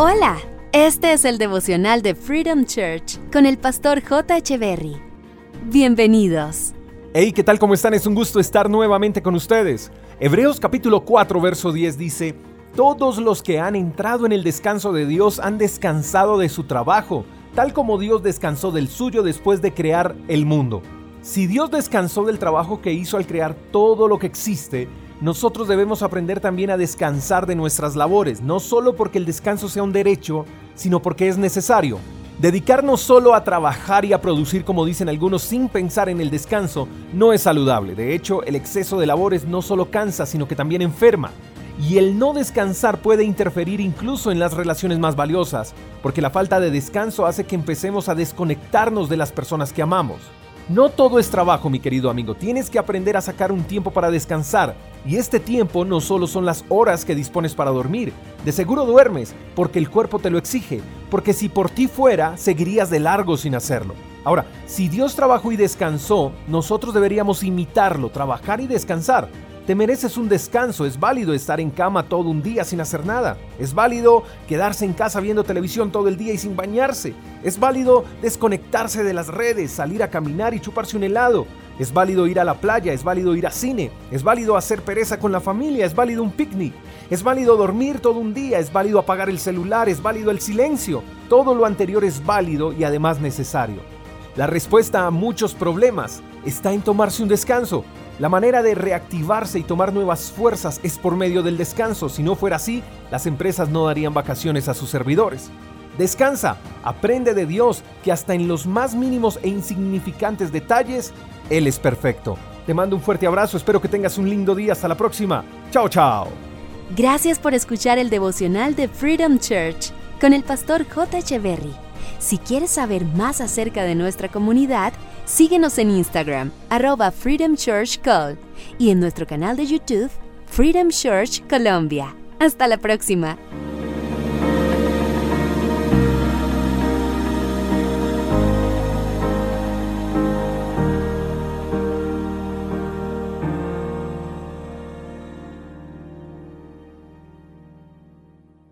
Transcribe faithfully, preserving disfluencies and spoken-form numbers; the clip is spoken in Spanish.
Hola, este es el devocional de Freedom Church con el pastor J. Echeverry. Bienvenidos. Hey, ¿qué tal? ¿Cómo están? Es un gusto estar nuevamente con ustedes. Hebreos capítulo cuatro, verso diez dice: Todos los que han entrado en el descanso de Dios han descansado de su trabajo, tal como Dios descansó del suyo después de crear el mundo. Si Dios descansó del trabajo que hizo al crear todo lo que existe, nosotros debemos aprender también a descansar de nuestras labores, no solo porque el descanso sea un derecho, sino porque es necesario. Dedicarnos solo a trabajar y a producir, como dicen algunos, sin pensar en el descanso, no es saludable. De hecho, el exceso de labores no solo cansa, sino que también enferma. Y el no descansar puede interferir incluso en las relaciones más valiosas, porque la falta de descanso hace que empecemos a desconectarnos de las personas que amamos. No todo es trabajo, mi querido amigo. Tienes que aprender a sacar un tiempo para descansar. Y este tiempo no solo son las horas que dispones para dormir. De seguro duermes, porque el cuerpo te lo exige. Porque si por ti fuera, seguirías de largo sin hacerlo. Ahora, si Dios trabajó y descansó, nosotros deberíamos imitarlo, trabajar y descansar. Te mereces un descanso. Es válido estar en cama todo un día sin hacer nada. Es válido quedarse en casa viendo televisión todo el día y sin bañarse. Es válido desconectarse de las redes, salir a caminar y chuparse un helado. Es válido ir a la playa, es válido ir a cine. Es válido hacer pereza con la familia, es válido un picnic. Es válido dormir todo un día, es válido apagar el celular, es válido el silencio. Todo lo anterior es válido y además necesario. La respuesta a muchos problemas está en tomarse un descanso. La manera de reactivarse y tomar nuevas fuerzas es por medio del descanso. Si no fuera así, las empresas no darían vacaciones a sus servidores. Descansa, aprende de Dios, que hasta en los más mínimos e insignificantes detalles, Él es perfecto. Te mando un fuerte abrazo, espero que tengas un lindo día. Hasta la próxima. Chao, chao. Gracias por escuchar el devocional de Freedom Church con el pastor J. Echeverry. Si quieres saber más acerca de nuestra comunidad, síguenos en Instagram, arroba Freedom Church Call, y en nuestro canal de YouTube, Freedom Church Colombia. Hasta la próxima.